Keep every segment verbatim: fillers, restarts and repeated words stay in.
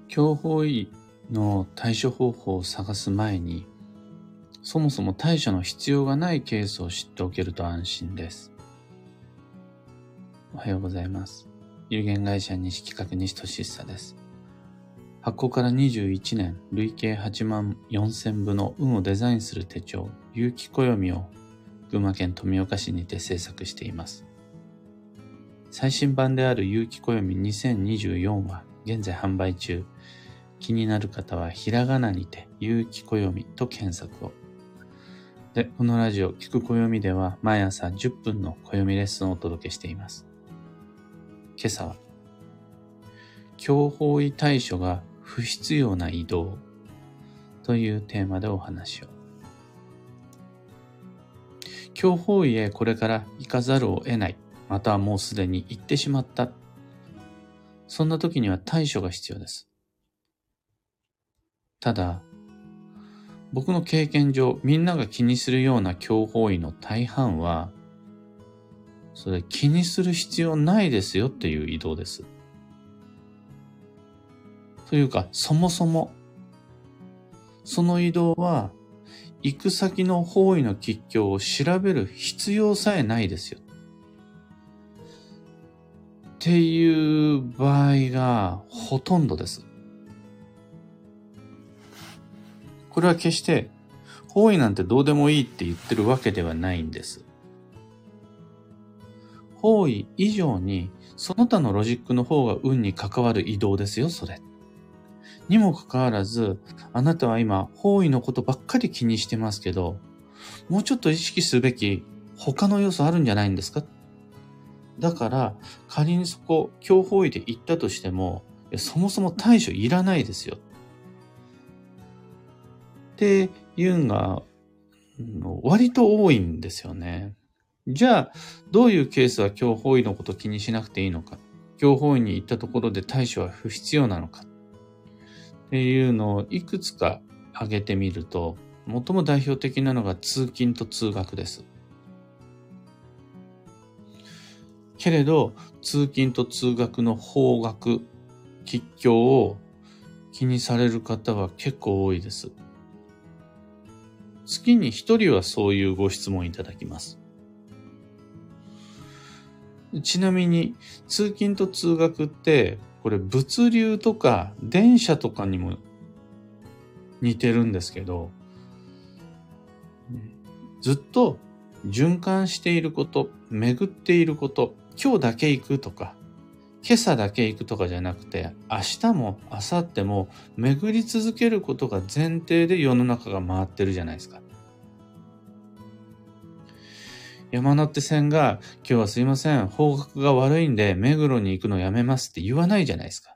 強法医の対処方法を探す前に、そもそも対処の必要がないケースを知っておけると安心です。おはようございます。有限会社西企画西俊久です。発行からにじゅういちねん、累計はちまんよんせんぶの運をデザインする手帳、有機暦を群馬県富岡市にて制作しています。最新版である有機暦にせんにじゅうよんは現在販売中。気になる方はひらがなにて有機暦と検索を。で、このラジオ聞く暦では毎朝じゅっぷんの暦レッスンをお届けしています。今朝は強法医対処が不必要な移動というテーマでお話を。強法医へこれから行かざるを得ない、またはもうすでに行ってしまった。そんな時には対処が必要です。ただ、僕の経験上、みんなが気にするような強法医の大半は、それ気にする必要ないですよっていう移動です。というか、そもそも、その移動は、行く先の方位の吉凶を調べる必要さえないですよ。っていう場合がほとんどです。これは決して方位なんてどうでもいいって言ってるわけではないんです。方位以上にその他のロジックの方が運に関わる移動ですよ、それ。にもかかわらず、あなたは今方位のことばっかり気にしてますけど、もうちょっと意識すべき他の要素あるんじゃないんですか？だから仮にそこ強方位で行ったとしても、そもそも対処いらないですよ。っていうのが割と多いんですよね。じゃあどういうケースは強法医のこと気にしなくていいのか、強法医に行ったところで対処は不必要なのかっていうのをいくつか挙げてみると、最も代表的なのが通勤と通学です。けれど通勤と通学の方角、吉凶を気にされる方は結構多いです。月に一人はそういうご質問いただきます。ちなみに通勤と通学ってこれ物流とか電車とかにも似てるんですけど、ずっと循環していること、巡っていること、今日だけ行くとか今朝だけ行くとかじゃなくて、明日も明後日も巡り続けることが前提で世の中が回ってるじゃないですか。山手線が今日はすいません、方角が悪いんで目黒に行くのやめますって言わないじゃないですか。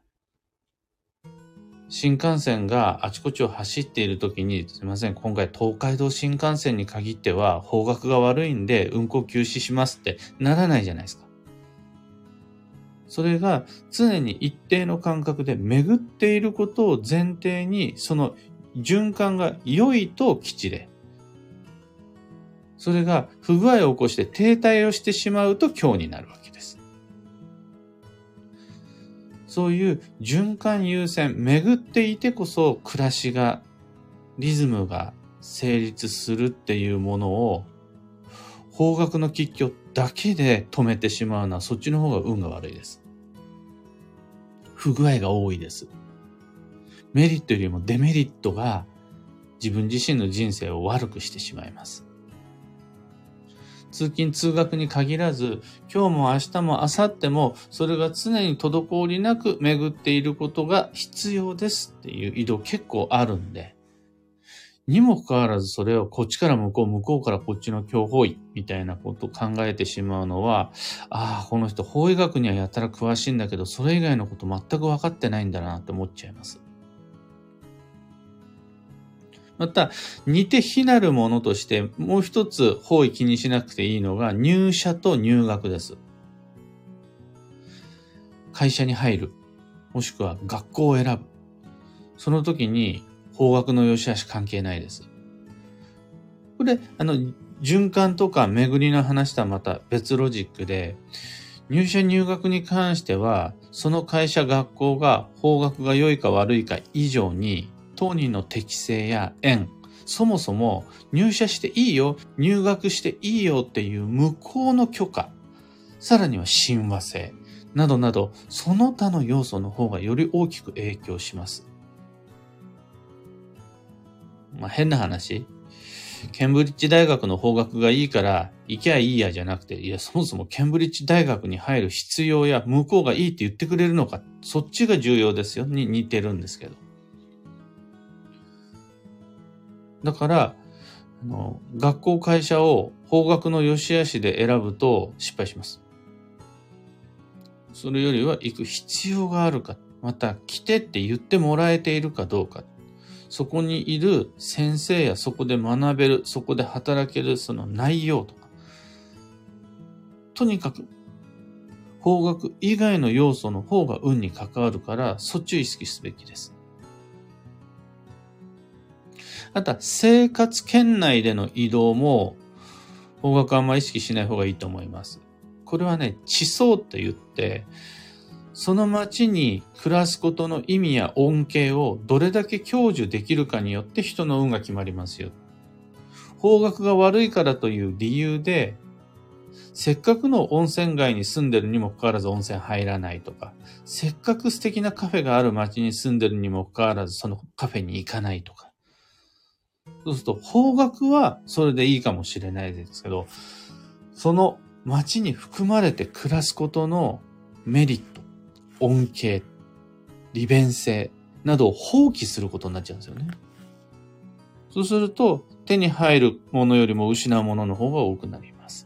新幹線があちこちを走っている時に、すいません、今回東海道新幹線に限っては方角が悪いんで運行休止しますってならないじゃないですか。それが常に一定の間隔で巡っていることを前提に、その循環が良いと吉で、それが不具合を起こして停滞をしてしまうと凶になるわけです。そういう循環優先、巡っていてこそ暮らしが、リズムが成立するっていうものを方角の吉凶だけで止めてしまうのは、そっちの方が運が悪いです。不具合が多いです。メリットよりもデメリットが自分自身の人生を悪くしてしまいます。通勤通学に限らず、今日も明日も明後日もそれが常に滞りなく巡っていることが必要ですっていう移動結構あるんで、にもかかわらずそれをこっちから向こう、向こうからこっちの強法医みたいなことを考えてしまうのは、ああ、この人法医学にはやたら詳しいんだけど、それ以外のこと全く分かってないんだなって思っちゃいます。また、似て非なるものとしてもう一つ法医気にしなくていいのが入社と入学です。会社に入る、もしくは学校を選ぶ。その時に方角の良し悪し関係ないです。これ、あの、循環とか巡りの話とはまた別ロジックで、 入社入学に関しては、その会社学校が法学が良いか悪いか以上に、当人の適性や縁、そもそも入社していいよ、入学していいよっていう向こうの許可、さらには親和性、などなど、その他の要素の方がより大きく影響します。まあ変な話。ケンブリッジ大学の法学がいいから行きゃいいやじゃなくて、いやそもそもケンブリッジ大学に入る必要や向こうがいいって言ってくれるのか、そっちが重要ですよに似てるんですけど。だから、あの学校会社を法学の良し悪しで選ぶと失敗します。それよりは行く必要があるか、また来てって言ってもらえているかどうか。そこにいる先生やそこで学べる、そこで働けるその内容とか。とにかく、法学以外の要素の方が運に関わるから、そっちを意識すべきです。あとは、生活圏内での移動も、法学はあんまり意識しない方がいいと思います。これはね、地層って言って、その町に暮らすことの意味や恩恵をどれだけ享受できるかによって人の運が決まりますよ。法学が悪いからという理由で、せっかくの温泉街に住んでるにもかかわらず温泉入らないとか、せっかく素敵なカフェがある町に住んでるにもかかわらずそのカフェに行かないとか。そうすると法学はそれでいいかもしれないですけど、その町に含まれて暮らすことのメリット、恩恵、利便性などを放棄することになっちゃうんですよね。そうすると手に入るものよりも失うものの方が多くなります。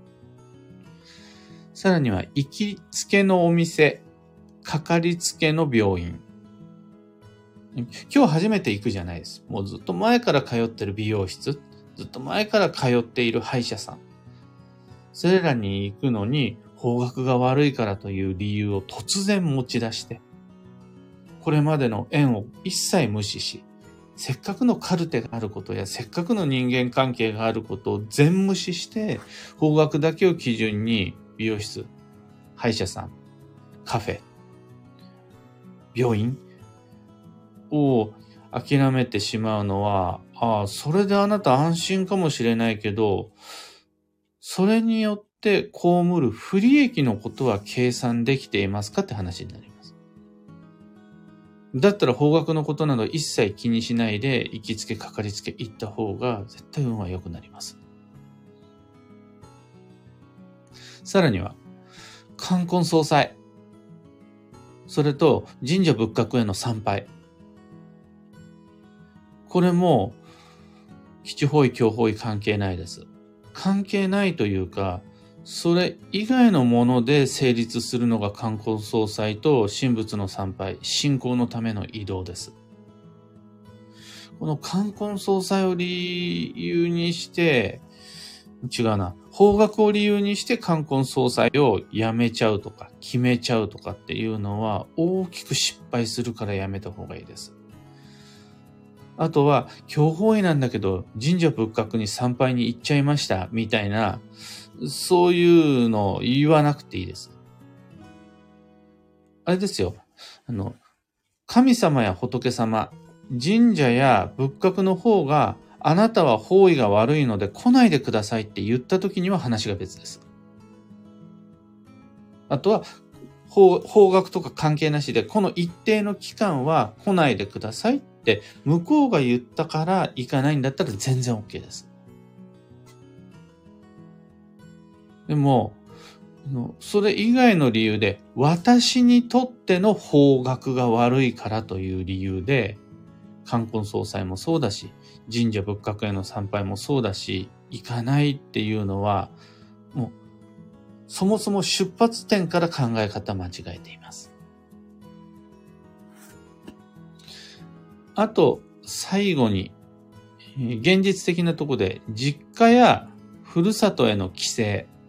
さらには行きつけのお店、かかりつけの病院。今日初めて行くじゃないです。もうずっと前から通ってる美容室、ずっと前から通っている歯医者さん。それらに行くのに法学が悪いからという理由を突然持ち出して、これまでの縁を一切無視し、せっかくのカルテがあることやせっかくの人間関係があることを全無視して、法学だけを基準に美容室、歯医者さん、カフェ、病院を諦めてしまうのは、ああ、それであなた安心かもしれないけど、それによって被る不利益のことは計算できていますかって話になります。だったら法学のことなど一切気にしないで行きつけかかりつけ行った方が絶対運は良くなります。さらには、冠婚葬祭。それと神社仏閣への参拝。これも吉方位、凶方位関係ないです。関係ないというか、それ以外のもので成立するのが冠婚葬祭と神仏の参拝、信仰のための移動です。この冠婚葬祭を理由にして、違うな、法学を理由にして冠婚葬祭をやめちゃうとか、決めちゃうとかっていうのは大きく失敗するからやめた方がいいです。あとは、凶方位なんだけど、神社仏閣に参拝に行っちゃいました、みたいな、そういうのを言わなくていいです。あれですよ。あの、神様や仏様、神社や仏閣の方が、あなたは方位が悪いので来ないでくださいって言った時には話が別です。あとは、法、法学とか関係なしで、この一定の期間は来ないでくださいって向こうが言ったから行かないんだったら全然 OK です。でも、それ以外の理由で、私にとっての法学が悪いからという理由で、冠婚葬祭もそうだし、神社仏閣への参拝もそうだし、行かないっていうのは、もう、そもそも出発点から考え方間違えています。あと、最後に、現実的なところで、実家やふるさとへの帰省。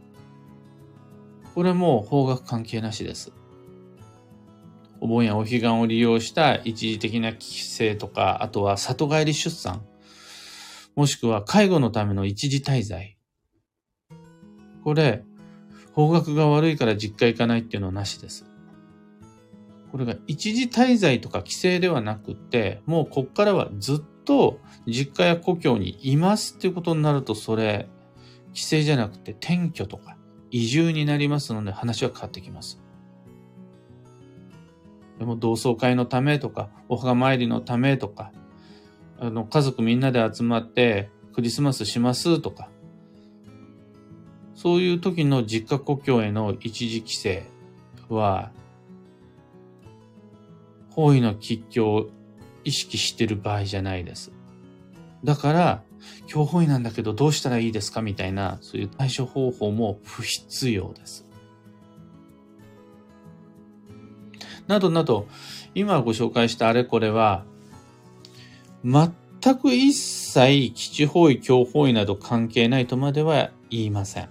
これも法学関係なしです。お盆やお彼岸を利用した一時的な帰省とか、あとは里帰り出産、もしくは介護のための一時滞在。これ、 方角が悪いから実家行かないっていうのはなしです。これが一時滞在とか帰省ではなくて、もうこっからはずっと実家や故郷にいますっていうことになると、それ、帰省じゃなくて転居とか移住になりますので話は変わってきます。でも同窓会のためとか、お墓参りのためとか、あの家族みんなで集まってクリスマスしますとか、そういう時の実家故郷への一時帰省は、方位の吉凶を意識してる場合じゃないです。だから、今日方位なんだけどどうしたらいいですかみたいな、そういう対処方法も不必要です。などなど、今ご紹介したあれこれは、全く一切吉方位、凶方位など関係ないとまでは言いません。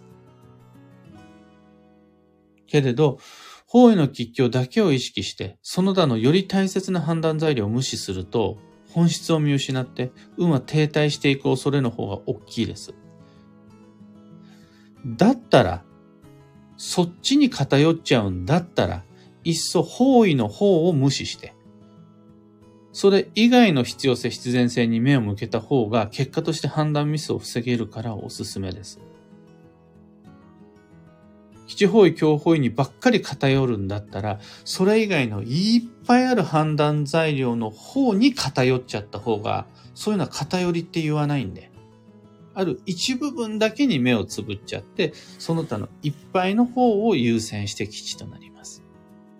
けれど、方位の吉凶だけを意識して、その他のより大切な判断材料を無視すると、本質を見失って、運は停滞していく恐れの方が大きいです。だったら、そっちに偏っちゃうんだったら、いっそ方位の方を無視して、それ以外の必要性、必然性に目を向けた方が、結果として判断ミスを防げるからおすすめです。吉方位、凶方位にばっかり偏るんだったら、それ以外のいっぱいある判断材料の方に偏っちゃった方が、そういうのは偏りって言わないんで、ある一部分だけに目をつぶっちゃって、その他のいっぱいの方を優先して吉となります。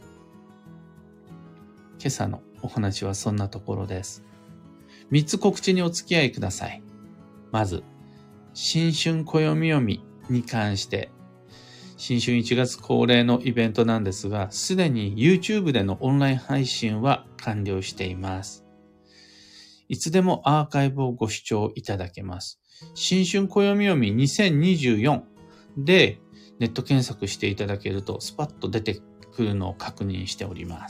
今朝のお話はそんなところです。みっつ告知にお付き合いください。まず、新春暦読みに関して、新春いちがつ恒例のイベントなんですが、すでに YouTube でのオンライン配信は完了しています。いつでもアーカイブをご視聴いただけます。新春暦読みにせんにじゅうよんでネット検索していただけるとスパッと出てくるのを確認しております。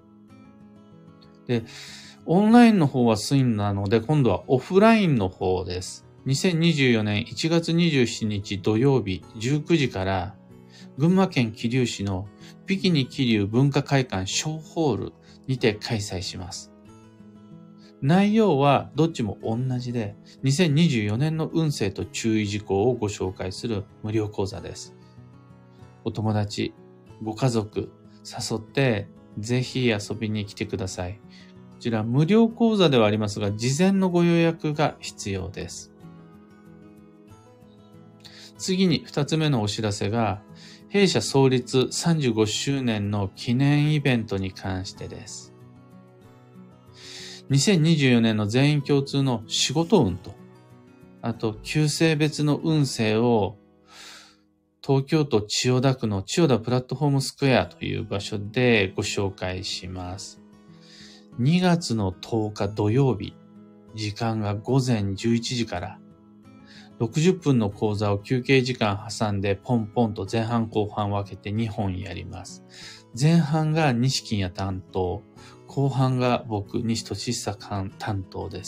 で、オンラインの方は済んだので、今度はオフラインの方です。にせんにじゅうよねんいちがつにじゅうしちにち土曜日じゅうくじから群馬県桐生市のビキニ桐生文化会館小ホールにて開催します。内容はどっちも同じで、にせんにじゅうよねんの運勢と注意事項をご紹介する無料講座です。お友達、ご家族誘ってぜひ遊びに来てください。こちら無料講座ではありますが、事前のご予約が必要です。次に二つ目のお知らせが、弊社創立さんじゅうごしゅうねんの記念イベントに関してです。にせんにじゅうよねんの全員共通の仕事運と、あと旧姓別の運勢を東京都千代田区の千代田プラットフォームスクエアという場所でご紹介します。にがつのとおか土曜日、時間がごぜんじゅういちじからろくじゅっぷんの講座を休憩時間挟んでポンポンと前半後半分けてにほんやります。前半が西金也担当、後半が僕、西俊久担当です。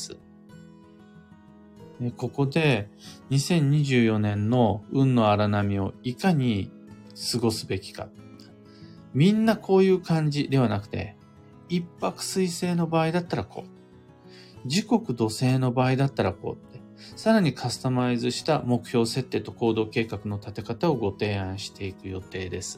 ここでにせんにじゅうよねんの運の荒波をいかに過ごすべきか。みんなこういう感じではなくて、一泊水星の場合だったらこう。時刻土星の場合だったらこうって。さらにカスタマイズした目標設定と行動計画の立て方をご提案していく予定です。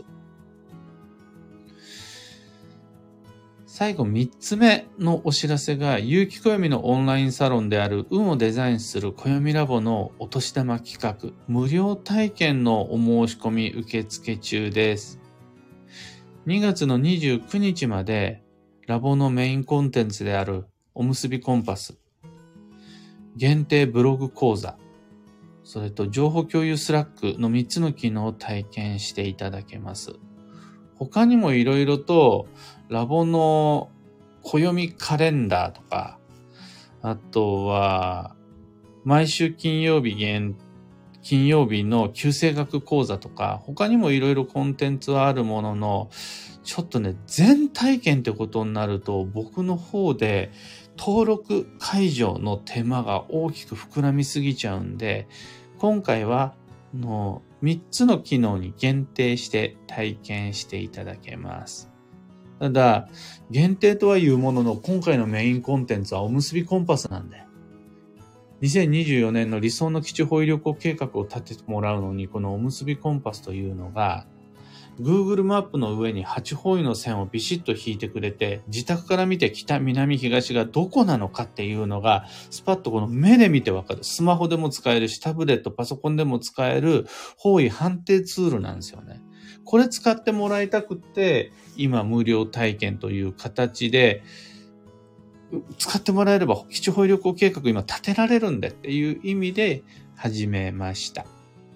最後みっつめのお知らせが、有機暦のオンラインサロンである運をデザインする暦ラボのお年玉企画、無料体験のお申し込み受付中です。にがつのにじゅうくにちまでラボのメインコンテンツであるおむすびコンパス、限定ブログ講座、それと情報共有スラックのみっつの機能を体験していただけます。他にもいろいろとラボの暦カレンダーとか、あとは毎週金曜日限金曜日の旧星学講座とか、他にもいろいろコンテンツはあるものの、ちょっとね、全体験ってことになると僕の方で登録解除の手間が大きく膨らみすぎちゃうんで、今回はのみっつの機能に限定して体験していただけます。ただ、限定とはいうものの、今回のメインコンテンツはおむすびコンパスなんで、にせんにじゅうよねんの理想の基地方位旅行計画を立ててもらうのに、このおむすびコンパスというのが、Google マップの上にはち方位の線をビシッと引いてくれて、自宅から見て北、南、東がどこなのかっていうのが、スパッとこの目で見てわかる。スマホでも使えるし、タブレット、パソコンでも使える方位判定ツールなんですよね。これ使ってもらいたくって、今無料体験という形で、使ってもらえれば基地方位旅行計画今立てられるんでっていう意味で始めました。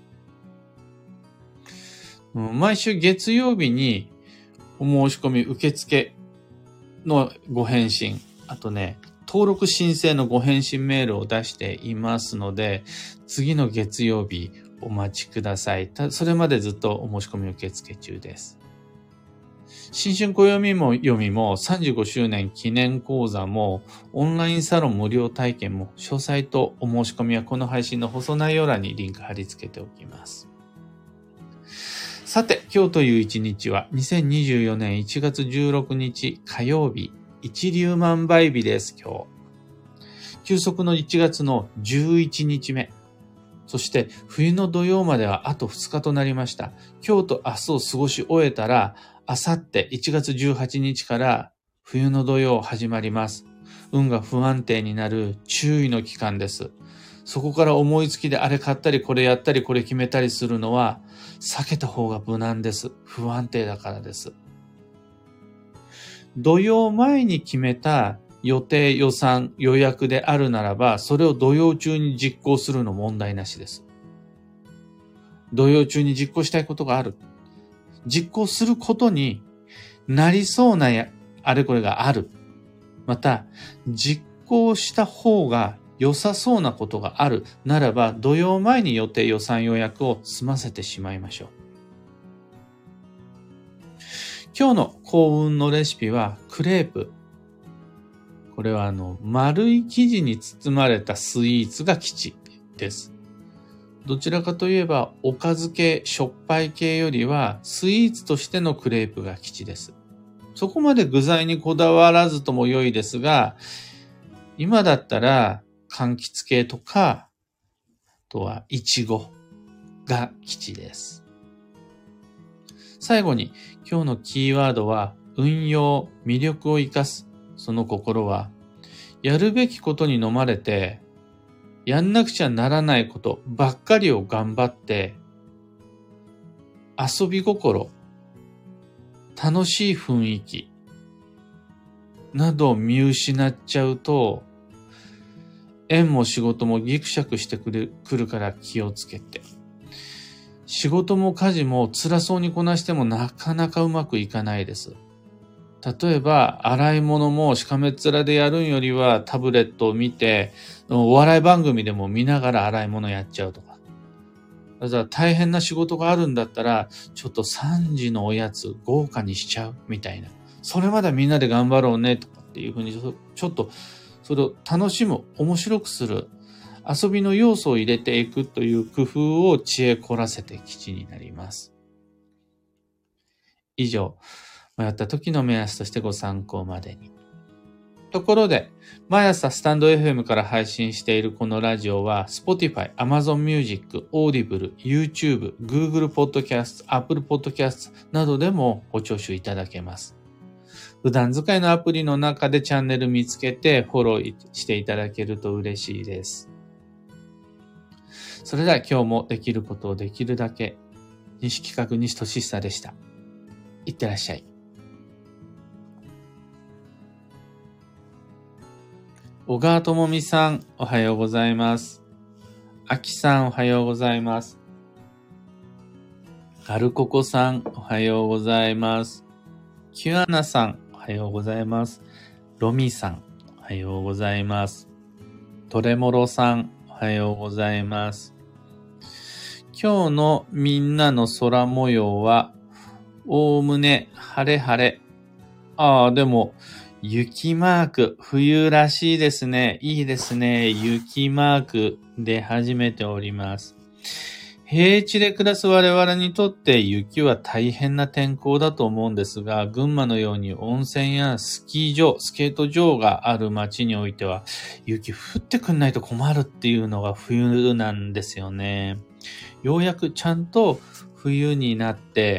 毎週月曜日にお申し込み受付のご返信、あとね、登録申請のご返信メールを出していますので、次の月曜日お待ちください。それまでずっとお申し込み受付中です。新春暦も読みもさんじゅうごしゅうねん記念講座もオンラインサロン無料体験も詳細とお申し込みはこの配信の放送内容欄にリンク貼り付けておきます。さて、今日という一日はにせんにじゅうよねんいちがつじゅうろくにち火曜日、一粒万倍日です、今日。休息のいちがつのじゅういちにちめ。そして冬の土曜まではあとふつかとなりました。今日と明日を過ごし終えたら、あさっていちがつじゅうはちにちから冬の土曜始まります。運が不安定になる注意の期間です。そこから思いつきであれ買ったりこれやったりこれ決めたりするのは避けた方が無難です。不安定だからです。土曜前に決めた予定、予算、予約であるならば、それを土曜中に実行するの問題なしです。土曜中に実行したいことがある。実行することになりそうなやあれこれがある。また、実行した方が良さそうなことがあるならば、土曜前に予定、予算、予約を済ませてしまいましょう。今日の幸運のレシピはクレープ。これはあの、丸い生地に包まれたスイーツが吉です。どちらかといえば、おかず系、しょっぱい系よりは、スイーツとしてのクレープが吉です。そこまで具材にこだわらずとも良いですが、今だったら、柑橘系とか、あとは、いちごが吉です。最後に、今日のキーワードは、運用、魅力を生かす。その心は、やるべきことに飲まれて、やんなくちゃならないことばっかりを頑張って、遊び心、楽しい雰囲気などを見失っちゃうと、縁も仕事もギクシャクしてくる、くるから気をつけて。仕事も家事も辛そうにこなしてもなかなかうまくいかないです。例えば、洗い物もしかめっ面でやるんよりはタブレットを見て、お笑い番組でも見ながら洗い物やっちゃうとか。だから大変な仕事があるんだったら、ちょっとさんじのおやつ豪華にしちゃうみたいな。それまでみんなで頑張ろうねとかっていうふうに、ちょっとそれを楽しむ、面白くする、遊びの要素を入れていくという工夫を知恵凝らせて吉になります。以上。迷った時の目安としてご参考までに。ところで、毎朝スタンド エフエム から配信しているこのラジオは Spotify、Amazon Music、Audible、YouTube、Google Podcast、Apple Podcast などでもご聴取いただけます。普段使いのアプリの中でチャンネル見つけてフォローしていただけると嬉しいです。それでは今日もできることをできるだけ。西企画西俊久でした。いってらっしゃい。小川智美さん、おはようございます。あきさん、おはようございます。ガルココさん、おはようございます。キュアナさん、おはようございます。ロミさん、おはようございます。トレモロさん、おはようございます。今日のみんなの空模様は、おおむね晴れ晴れ。ああ、でも、雪マーク、冬らしいですね。いいですね。雪マークで始めております。 平地で暮らす我々にとって雪は大変な天候だと思うんですが、群馬のように温泉やスキー場、スケート場がある町においては、雪降ってくんないと困るっていうのが冬なんですよね。ようやくちゃんと冬になって、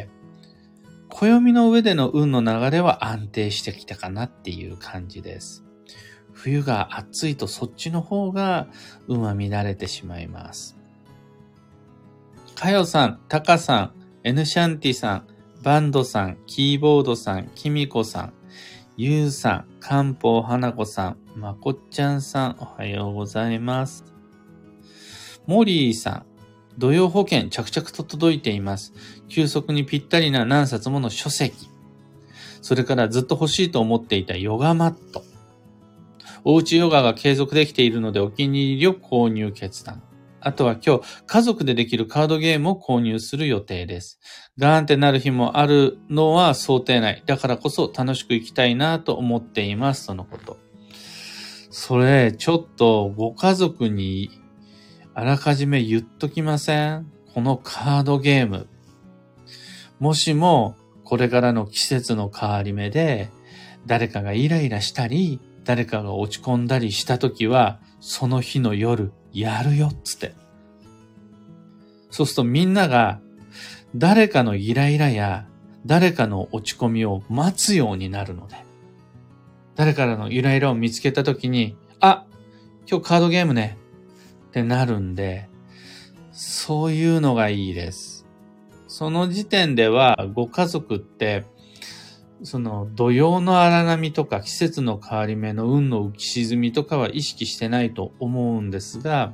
暦の上での運の流れは安定してきたかなっていう感じです。冬が暑いとそっちの方が運は乱れてしまいます。かよさん、たかさん、エヌシャンティさん、バンドさん、キーボードさん、きみこさん、ゆうさん、かんぽうはなこさん、まこっちゃんさん、おはようございます。モリーさん、土曜保険着々と届いています。休息にぴったりな何冊もの書籍。それからずっと欲しいと思っていたヨガマット。おうちヨガが継続できているのでお気に入りを購入決断。あとは今日、家族でできるカードゲームを購入する予定です。ガーンってなる日もあるのは想定内。だからこそ楽しく生きたいなと思っています。とのこと。それ、ちょっとご家族にあらかじめ言っときません？このカードゲーム。もしも、これからの季節の変わり目で、誰かがイライラしたり、誰かが落ち込んだりしたときは、その日の夜、やるよっつって。そうするとみんなが誰かのイライラや誰かの落ち込みを待つようになるので、誰からのイライラを見つけたときに、あ、今日カードゲームねってなるんで、そういうのがいいです。その時点ではご家族ってその土曜の荒波とか季節の変わり目の運の浮き沈みとかは意識してないと思うんですが、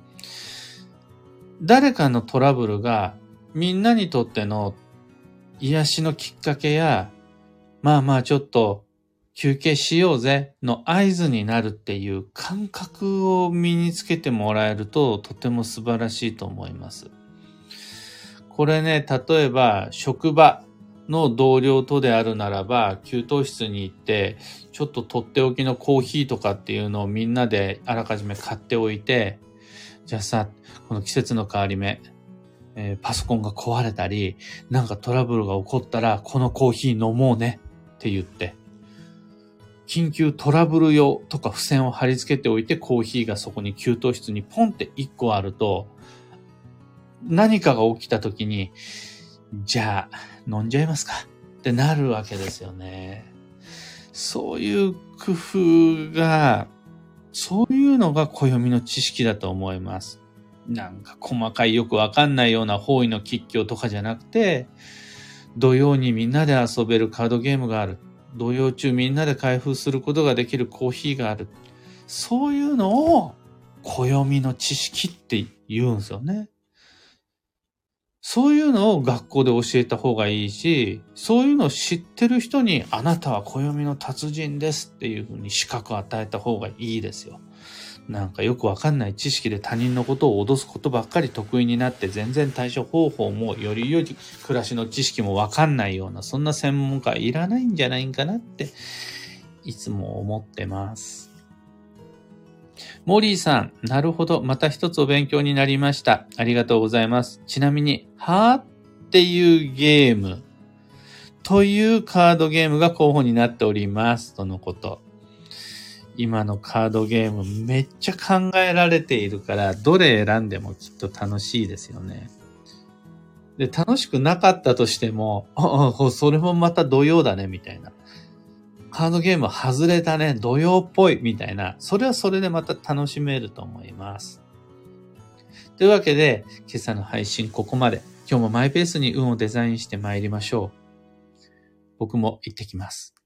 誰かのトラブルがみんなにとっての癒しのきっかけや、まあまあちょっと休憩しようぜの合図になるっていう感覚を身につけてもらえるととても素晴らしいと思います。これね、例えば職場の同僚とであるならば、給湯室に行って、ちょっととっておきのコーヒーとかっていうのをみんなであらかじめ買っておいて、じゃあさ、この季節の変わり目、えー、パソコンが壊れたり、なんかトラブルが起こったら、このコーヒー飲もうねって言って、緊急トラブル用とか付箋を貼り付けておいて、コーヒーがそこに給湯室にポンっていっこあると、何かが起きた時に、じゃあ飲んじゃいますかってなるわけですよね。そういう工夫が、そういうのが暦の知識だと思います。なんか細かいよくわかんないような方位の吉凶とかじゃなくて、土曜にみんなで遊べるカードゲームがある。土曜中みんなで開封することができるコーヒーがある。そういうのを暦の知識って言うんですよね。そういうのを学校で教えた方がいいし、そういうのを知ってる人にあなたは暦の達人ですっていうふうに資格を与えた方がいいですよ。なんかよくわかんない知識で他人のことを脅すことばっかり得意になって全然対処方法もより良い暮らしの知識もわかんないようなそんな専門家いらないんじゃないかなっていつも思ってます。モリーさん、なるほど。また一つお勉強になりました。ありがとうございます。ちなみに、はーっていうゲームというカードゲームが候補になっております。とのこと。今のカードゲームめっちゃ考えられているから、どれ選んでもきっと楽しいですよね。で、楽しくなかったとしても、ああ、それもまた土曜だね、みたいな。カードゲーム外れたね、土曜っぽいみたいな、それはそれでまた楽しめると思います。というわけで、今朝の配信ここまで。今日もマイペースに運をデザインして参りましょう。僕も行ってきます。